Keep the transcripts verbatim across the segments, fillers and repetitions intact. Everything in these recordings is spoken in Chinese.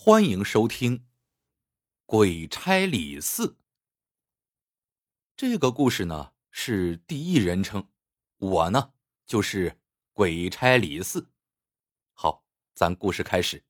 欢迎收听《鬼差李四》。这个故事呢是第一人称，我呢就是鬼差李四。好，咱故事开始。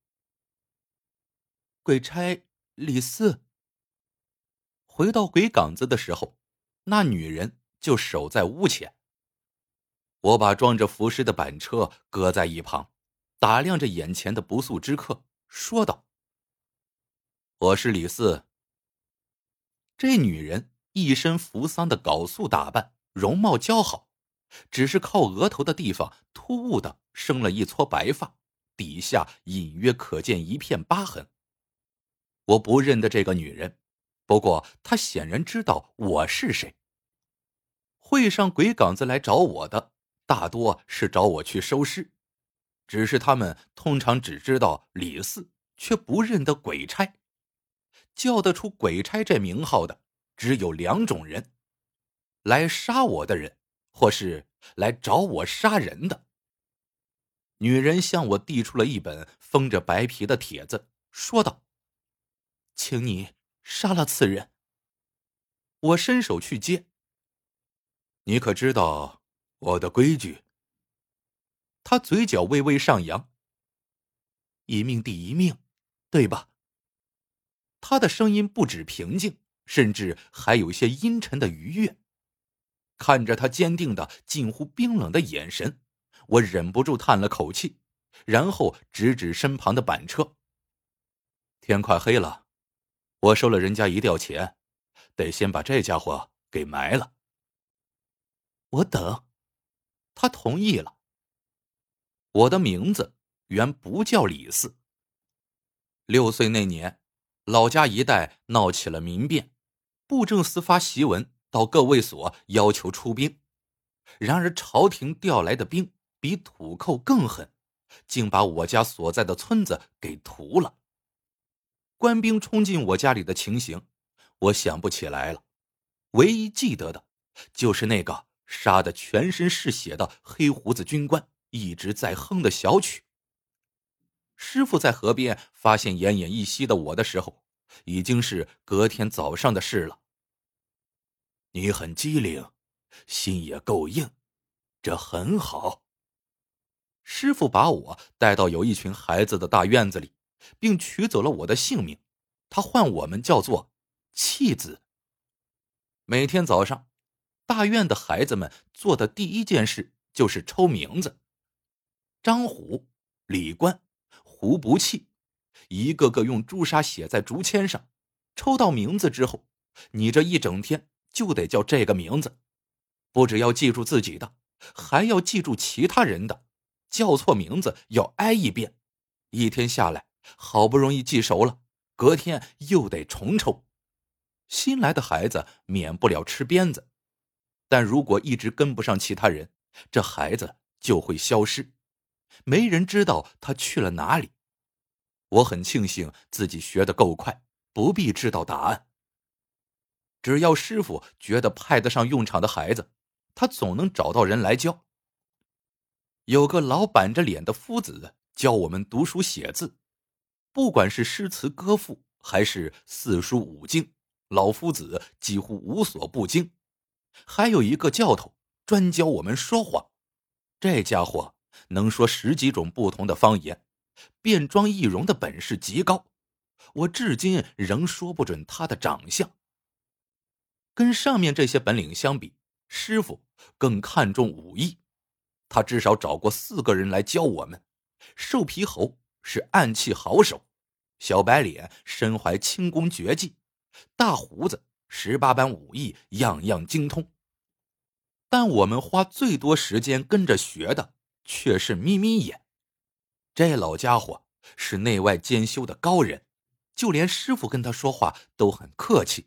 鬼差李四回到鬼岗子的时候，那女人就守在屋前。我把装着符师的板车搁在一旁，打量着眼前的不速之客，说道：我是李四。这女人一身扶桑的缟素打扮，容貌姣好，只是靠额头的地方突兀的生了一撮白发，底下隐约可见一片疤痕。我不认得这个女人，不过她显然知道我是谁。会上鬼岗子来找我的大多是找我去收尸，只是他们通常只知道李四，却不认得鬼差。叫得出鬼差这名号的只有两种人：来杀我的人，或是来找我杀人的。女人向我递出了一本封着白皮的帖子，说道：请你杀了此人。我伸手去接。你可知道我的规矩？他嘴角微微上扬。一命抵一命，对吧？他的声音不止平静，甚至还有些阴沉的愉悦。看着他坚定的近乎冰冷的眼神，我忍不住叹了口气，然后指指身旁的板车。天快黑了，我收了人家一吊钱，得先把这家伙给埋了。我等。他同意了。我的名字原不叫李四。六岁那年，老家一带闹起了民变，布政司发檄文到各卫所要求出兵。然而朝廷调来的兵比土寇更狠，竟把我家所在的村子给屠了。官兵冲进我家里的情形，我想不起来了，唯一记得的就是那个杀得全身是血的黑胡子军官一直在哼的小曲。师傅在河边发现奄奄一息的我的时候，已经是隔天早上的事了。你很机灵，心也够硬，这很好。师傅把我带到有一群孩子的大院子里，并取走了我的性命，他唤我们叫做弃子。每天早上，大院的孩子们做的第一件事就是抽名字。张虎、李官、胡不弃，一个个用朱砂写在竹签上，抽到名字之后，你这一整天就得叫这个名字，不只要记住自己的，还要记住其他人的，叫错名字要挨一遍。一天下来，好不容易记熟了，隔天又得重抽。新来的孩子免不了吃鞭子，但如果一直跟不上其他人，这孩子就会消失，没人知道他去了哪里。我很庆幸自己学得够快，不必知道答案。只要师傅觉得派得上用场的孩子，他总能找到人来教。有个老板着脸的夫子教我们读书写字，不管是诗词歌赋还是四书五经，老夫子几乎无所不精。还有一个教头专教我们说话，这家伙能说十几种不同的方言，变装易容的本事极高，我至今仍说不准他的长相。跟上面这些本领相比，师傅更看重武艺。他至少找过四个人来教我们。瘦皮猴是暗器好手，小白脸身怀轻功绝技，大胡子十八般武艺样样精通。但我们花最多时间跟着学的却是眯眯眼。这老家伙是内外兼修的高人，就连师傅跟他说话都很客气。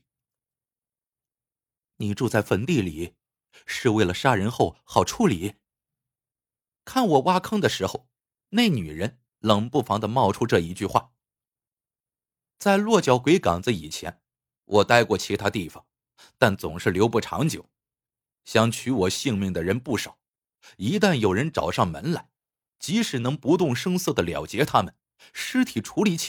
你住在坟地里，是为了杀人后好处理？看我挖坑的时候，那女人冷不防地冒出这一句话。在落脚鬼岗子以前，我待过其他地方，但总是留不长久。想取我性命的人不少，一旦有人找上门来，即使能不动声色地了结他们，尸体处理起来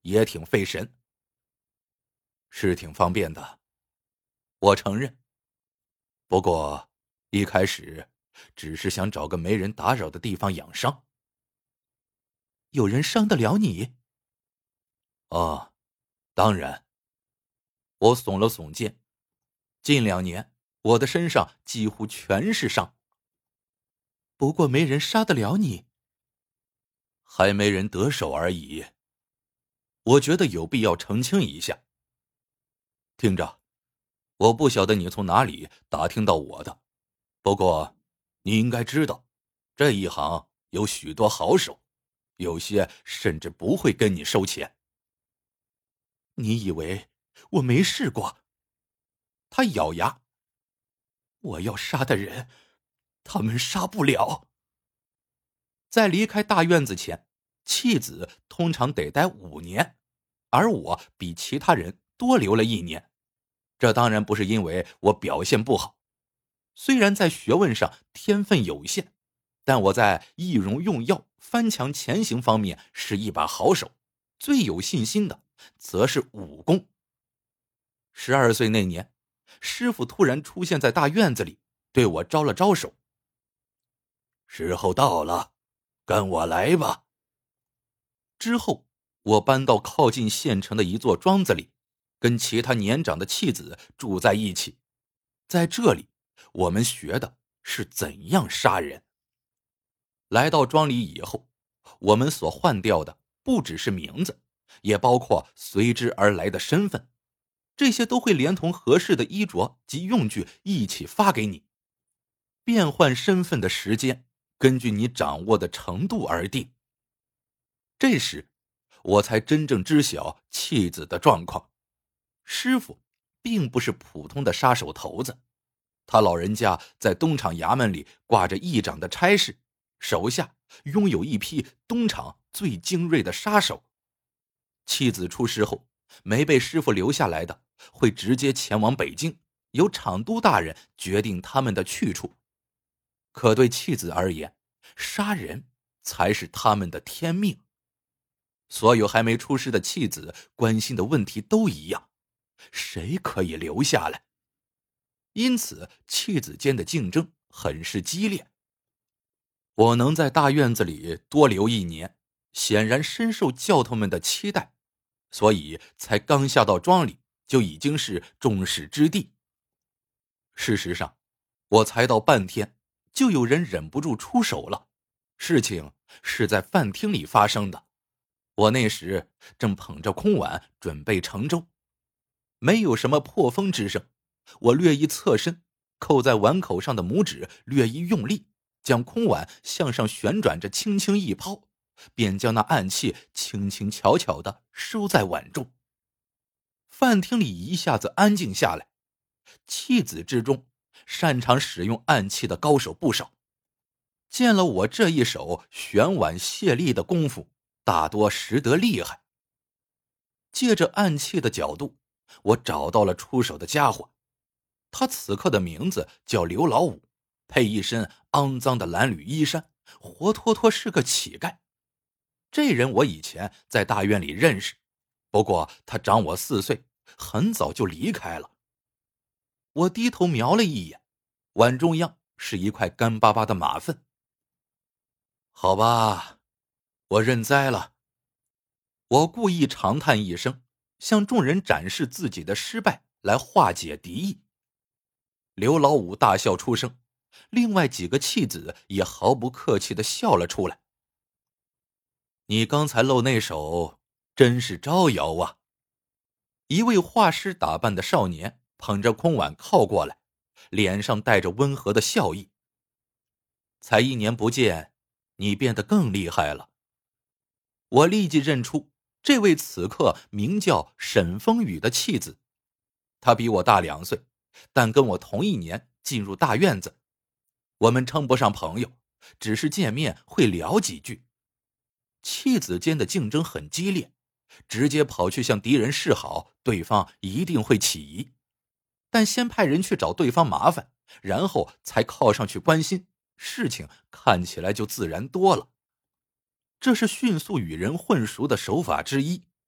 也挺费神。是挺方便的，我承认。不过一开始只是想找个没人打扰的地方养伤。 有人伤得了你？ 哦，当然。我耸了耸肩，近两年我的身上几乎全是伤。 不过没人杀得了你。 还没人得手而已。我觉得有必要澄清一下。听着，我不晓得你从哪里打听到我的，不过你应该知道，这一行有许多好手，有些甚至不会跟你收钱。 你以为我没试过？ 他咬牙， 我要杀的人，他们杀不了。 在离开大院子前，弃子通常得待五年，而我比其他人多留了一年。这当然不是因为我表现不好，虽然在学问上天分有限，但我在易容用药、翻墙前行方面是一把好手。最有信心的则是武功。十二岁那年，师傅突然出现在大院子里，对我招了招手：“时候到了，跟我来吧。”之后，我搬到靠近县城的一座庄子里，跟其他年长的弃子住在一起。在这里，我们学的是怎样杀人。来到庄里以后，我们所换掉的不只是名字，也包括随之而来的身份，这些都会连同合适的衣着及用具一起发给你。变换身份的时间根据你掌握的程度而定。这时我才真正知晓弃子的状况。师傅并不是普通的杀手头子，他老人家在东厂衙门里挂着议长的差事，手下拥有一批东厂最精锐的杀手。弃子出师后，没被师傅留下来的会直接前往北京，由厂督大人决定他们的去处。可对弃子而言，杀人才是他们的天命。所有还没出师的弃子关心的问题都一样，谁可以留下来？因此弃子间的竞争很是激烈。我能在大院子里多留一年，显然深受教头们的期待，所以才刚下到庄里就已经是众矢之的。事实上，我才到半天，就有人忍不住出手了。事情是在饭厅里发生的。我那时正捧着空碗准备盛粥，没有什么破风之声，我略一侧身，扣在碗口上的拇指略一用力，将空碗向上旋转着轻轻一抛，便将那暗器轻轻巧巧地收在碗中。饭厅里一下子安静下来。弃子之中，擅长使用暗器的高手不少，见了我这一手旋碗卸力的功夫，大多识得厉害。借着暗器的角度，我找到了出手的家伙。他此刻的名字叫刘老五，配一身肮脏的蓝缕衣衫，活脱脱是个乞丐。这人我以前在大院里认识，不过他长我四岁，很早就离开了。我低头瞄了一眼，碗中央是一块干巴巴的马粪。好吧，我认栽了。我故意长叹一声，向众人展示自己的失败，来化解敌意。刘老五大笑出声，另外几个弃子也毫不客气地笑了出来。你刚才露那手，真是招摇啊！一位画师打扮的少年捧着空碗靠过来，脸上带着温和的笑意。才一年不见，你变得更厉害了。我立即认出这位此刻名叫沈风雨的弃子，他比我大两岁，但跟我同一年进入大院子。我们称不上朋友，只是见面会聊几句。弃子间的竞争很激烈，直接跑去向敌人示好，对方一定会起疑。但先派人去找对方麻烦，然后才靠上去关心，事情看起来就自然多了。这是迅速与人混熟的手法之一。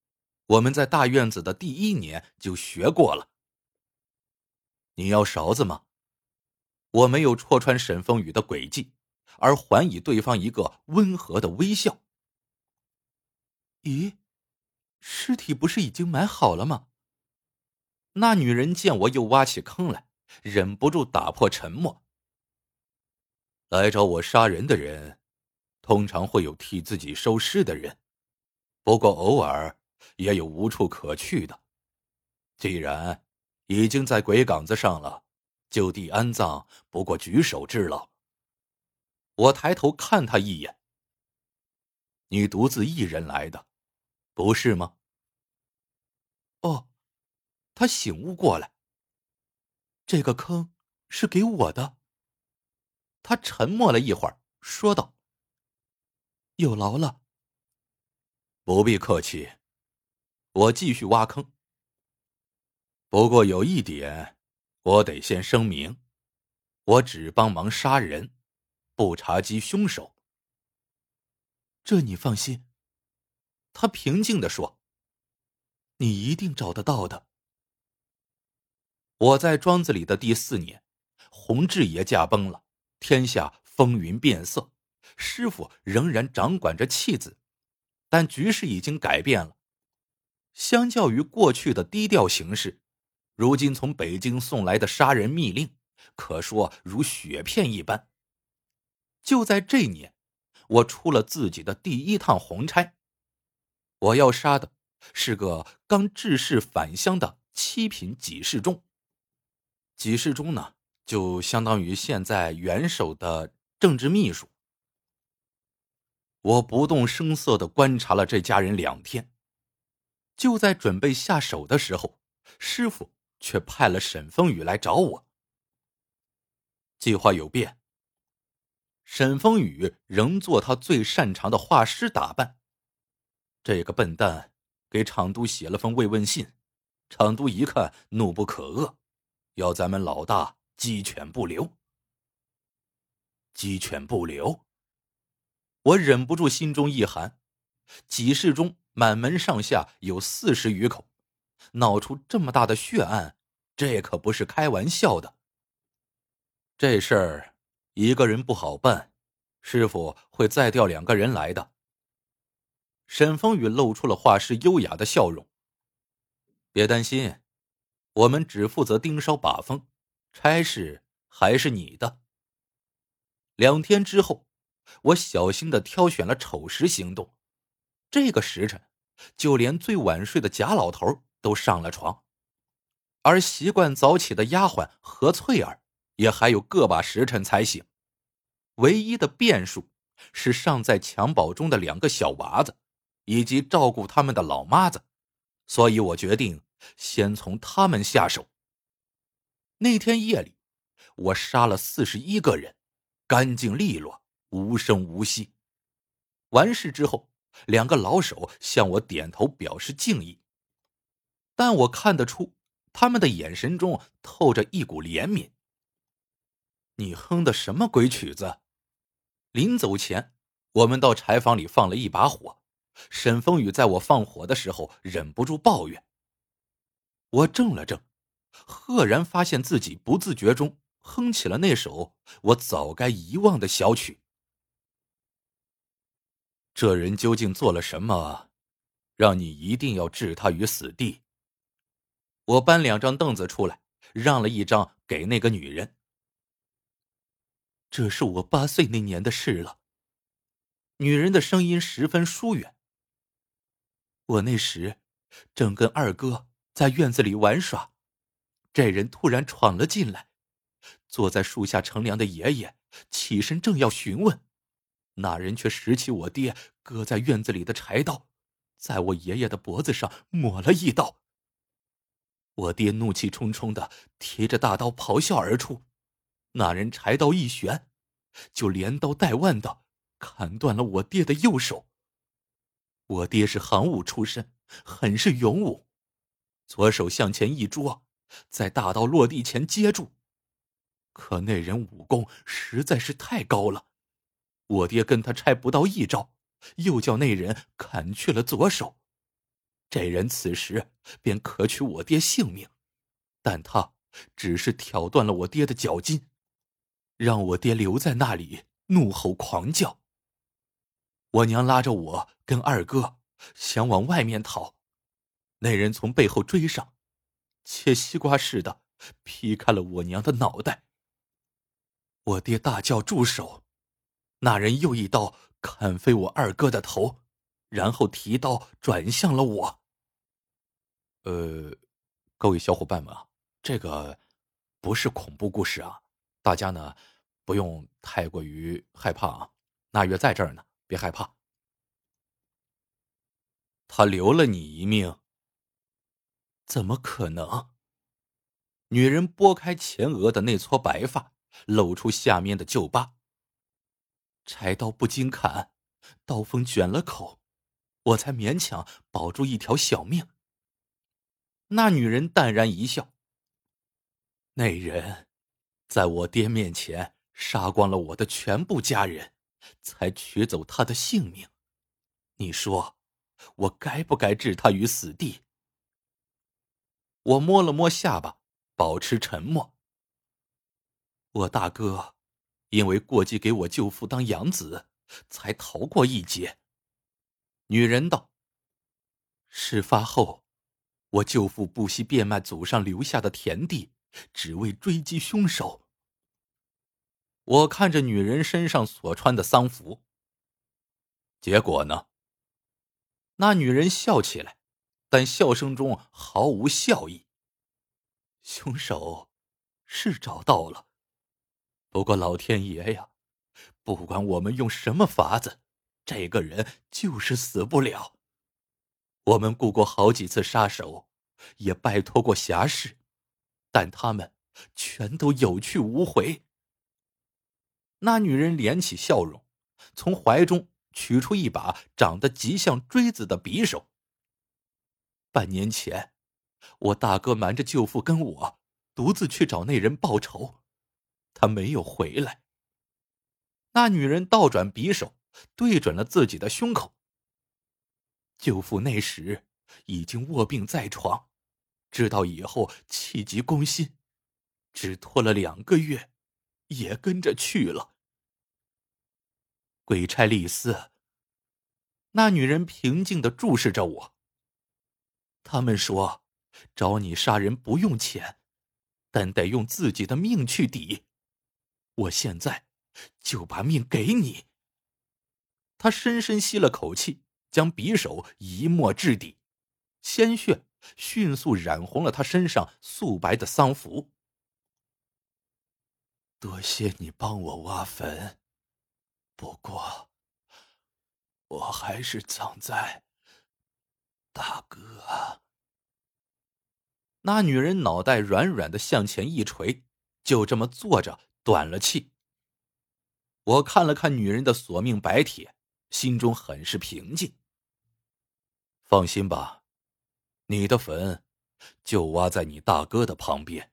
我们在大院子的第一年就学过了。你要勺子吗？我没有戳穿沈风雨的诡计，而还以对方一个温和的微笑。咦，尸体不是已经埋好了吗？那女人见我又挖起坑来，忍不住打破沉默。来找我杀人的人，通常会有替自己收尸的人，不过偶尔也有无处可去的。既然已经在鬼岗子上了，就地安葬不过举手之劳。我抬头看他一眼。你独自一人来的，不是吗？哦，他醒悟过来。这个坑是给我的。他沉默了一会儿，说道：有劳了。不必客气。我继续挖坑。不过有一点，我得先声明，我只帮忙杀人，不查缉凶手。这你放心。他平静地说：你一定找得到的。我在庄子里的第四年，洪志爷驾崩了，天下风云变色，师傅仍然掌管着弃子，但局势已经改变了。相较于过去的低调行事，如今从北京送来的杀人密令，可说如雪片一般。就在这年，我出了自己的第一趟红差。我要杀的是个刚致仕返乡的七品给事中。给事中呢，就相当于现在元首的政治秘书。我不动声色地观察了这家人两天，就在准备下手的时候，师傅却派了沈风雨来找我。计划有变。沈风雨仍做他最擅长的画师打扮。这个笨蛋给厂督写了封慰问信，厂督一看怒不可遏，要咱们老大鸡犬不留。鸡犬不留？我忍不住心中一寒。给事中满门上下有四十余口，闹出这么大的血案，这可不是开玩笑的。这事儿一个人不好办，师傅会再调两个人来的。沈风雨露出了画师优雅的笑容。别担心，我们只负责盯梢把风，差事还是你的。两天之后，我小心地挑选了丑时行动。这个时辰，就连最晚睡的贾老头都上了床，而习惯早起的丫鬟何翠儿也还有个把时辰才醒。唯一的变数是尚在襁褓中的两个小娃子，以及照顾他们的老妈子，所以我决定先从他们下手。那天夜里，我杀了四十一个人，干净利落，无声无息。完事之后，两个老手向我点头表示敬意，但我看得出他们的眼神中透着一股怜悯。你哼的什么鬼曲子？临走前，我们到柴房里放了一把火，沈风雨在我放火的时候忍不住抱怨。我怔了怔，赫然发现自己不自觉中哼起了那首我早该遗忘的小曲。这人究竟做了什么，让你一定要置他于死地？我搬两张凳子出来，让了一张给那个女人。这是我八岁那年的事了。女人的声音十分疏远。我那时正跟二哥在院子里玩耍，这人突然闯了进来，坐在树下乘凉的爷爷起身正要询问，那人却拾起我爹搁在院子里的柴刀，在我爷爷的脖子上抹了一刀。我爹怒气冲冲的提着大刀咆哮而出，那人柴刀一旋，就连刀带腕的砍断了我爹的右手。我爹是行武出身，很是勇武，左手向前一捉，在大刀落地前接住。可那人武功实在是太高了，我爹跟他拆不到一招，又叫那人砍去了左手。 这人此时便可取我爹性命，但他只是挑断了我爹的脚筋，让我爹留在那里怒吼狂叫。我娘拉着我跟二哥想往外面逃，那人从背后追上，切西瓜似的劈开了我娘的脑袋。我爹大叫住手，那人又一刀砍飞我二哥的头，然后提刀转向了我。 呃，各位小伙伴们啊，这个不是恐怖故事啊，大家呢不用太过于害怕啊。那月在这儿呢，别害怕。他留了你一命。 怎么可能？ 女人拨开前额的那撮白发，露出下面的旧疤。 柴刀不经砍，刀锋卷了口，我才勉强保住一条小命。 那女人淡然一笑。 那人在我爹面前杀光了我的全部家人，才取走他的性命。你说我该不该置他于死地？ 我摸了摸下巴，保持沉默。 我大哥因为过继给我舅父当养子，才逃过一劫。 女人道。 事发后，我舅父不惜变卖祖上留下的田地，只为追击凶手。 我看着女人身上所穿的丧服。结果呢？那女人笑起来，但笑声中毫无笑意。 凶手是找到了，不过老天爷呀，不管我们用什么法子，这个人就是死不了。我们雇过好几次杀手，也拜托过侠士，但他们全都有去无回。 那女人敛起笑容，从怀中取出一把长得极像锥子的匕首。 半年前，我大哥瞒着舅父跟我独自去找那人报仇，他没有回来。 那女人倒转匕首，对准了自己的胸口。 舅父那时已经卧病在床，知道以后气急攻心，只拖了两个月，也跟着去了。鬼差丽丝。 那女人平静地注视着我。 他们说，找你杀人不用钱，但得用自己的命去抵。我现在就把命给你。 他深深吸了口气，将匕首一没至底，鲜血迅速染红了他身上素白的丧服。 多谢你帮我挖坟，不过我还是葬在大哥。 那女人脑袋软软的向前一垂，就这么坐着断了气。我看了看女人的索命白帖，心中很是平静。 放心吧，你的坟就挖在你大哥的旁边。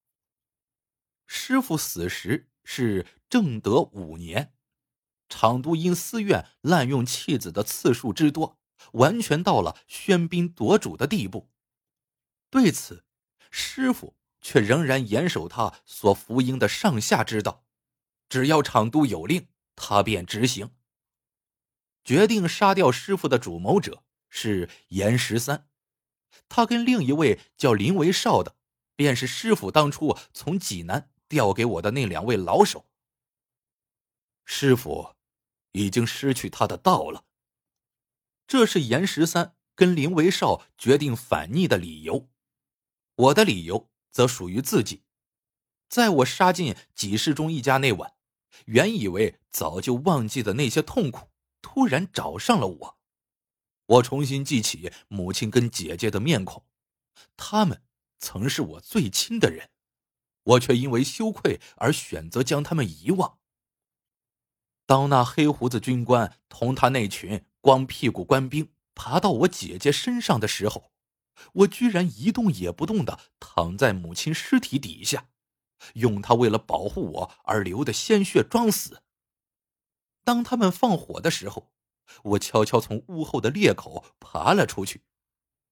师父死时是正德五年，厂都因私怨滥用弃子的次数之多，完全到了喧宾夺主的地步。对此，师父却仍然严守他所服膺的上下之道，只要厂都有令，他便执行。决定杀掉师父的主谋者是严十三，他跟另一位叫林维少的，便是师父当初从济南调给我的那两位老手。 师父已经失去他的道了， 这是严十三跟林维少决定反逆的理由。我的理由则属于自己。在我杀进几世中一家那晚，原以为早就忘记的那些痛苦突然找上了我。我重新记起母亲跟姐姐的面孔，他们曾是我最亲的人，我却因为羞愧而选择将他们遗忘。当那黑胡子军官同他那群光屁股官兵爬到我姐姐身上的时候，我居然一动也不动地躺在母亲尸体底下，用她为了保护我而流的鲜血装死。当他们放火的时候，我悄悄从屋后的裂口爬了出去，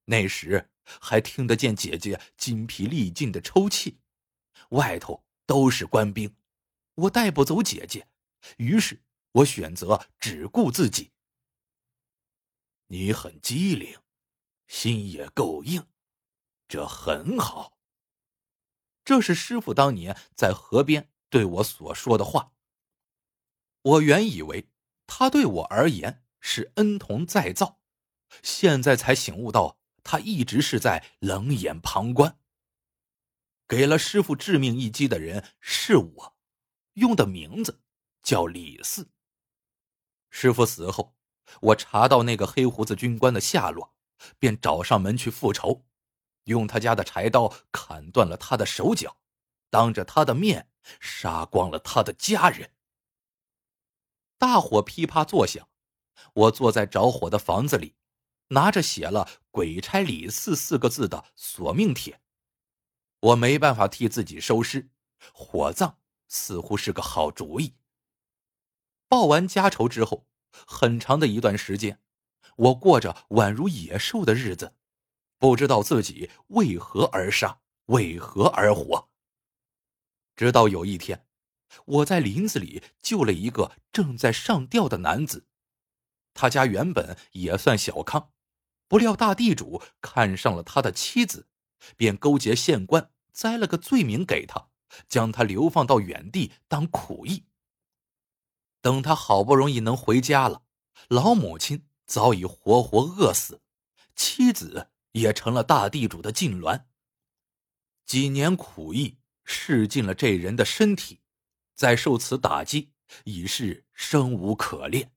那时还听得见姐姐筋疲力尽的抽泣，外头都是官兵，我带不走姐姐，于是我选择只顾自己。你很机灵，心也够硬，这很好。这是师傅当年在河边对我所说的话。我原以为他对我而言是恩同再造，现在才醒悟到他一直是在冷眼旁观。给了师傅致命一击的人是我，用的名字叫李四。师傅死后，我查到那个黑胡子军官的下落，便找上门去复仇，用他家的柴刀砍断了他的手脚，当着他的面杀光了他的家人。大火噼啪作响，我坐在着火的房子里，拿着写了“鬼差李四”四个字的索命帖。我没办法替自己收尸，火葬似乎是个好主意。报完家仇之后，很长的一段时间，我过着宛如野兽的日子，不知道自己为何而杀，为何而活。直到有一天，我在林子里救了一个正在上吊的男子，他家原本也算小康，不料大地主看上了他的妻子，便勾结县官栽了个罪名给他，将他流放到远地当苦役。等他好不容易能回家了，老母亲早已活活饿死，妻子也成了大地主的禁脔。几年苦役噬尽了这人的身体，再受此打击，已是生无可恋。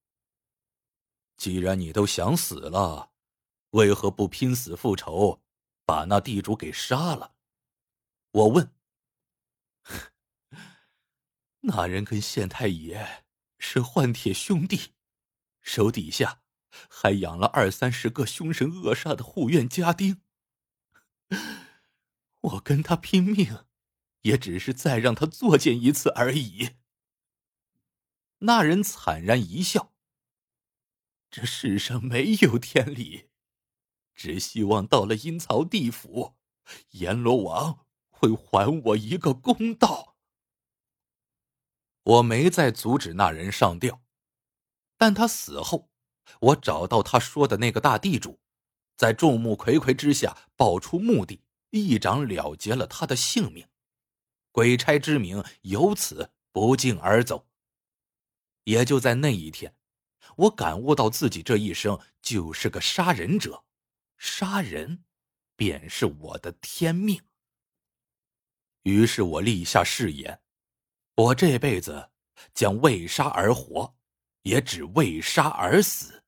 既然你都想死了，为何不拼死复仇，把那地主给杀了？我问。那人跟县太爷是换铁兄弟，手底下还养了二三十个凶神恶煞的护院家丁。我跟他拼命，也只是再让他作践一次而已。那人惨然一笑。这世上没有天理，只希望到了阴曹地府，阎罗王会还我一个公道。我没再阻止那人上吊，但他死后，我找到他说的那个大地主，在众目睽睽之下报出目的，一掌了结了他的性命，鬼差之名由此不胫而走。也就在那一天，我感悟到自己这一生就是个杀人者，杀人便是我的天命。于是我立下誓言，我这辈子将为杀而活，也只为杀而死。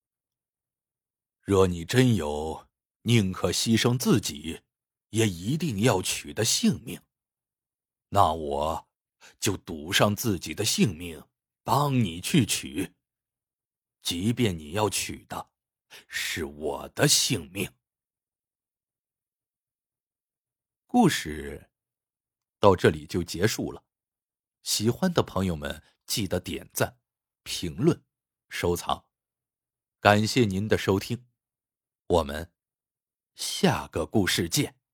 若你真有宁可牺牲自己，也一定要取的性命，那我就赌上自己的性命，帮你去取。即便你要取的是我的性命。故事到这里就结束了。喜欢的朋友们记得点赞、评论、收藏。感谢您的收听，我们下个故事见。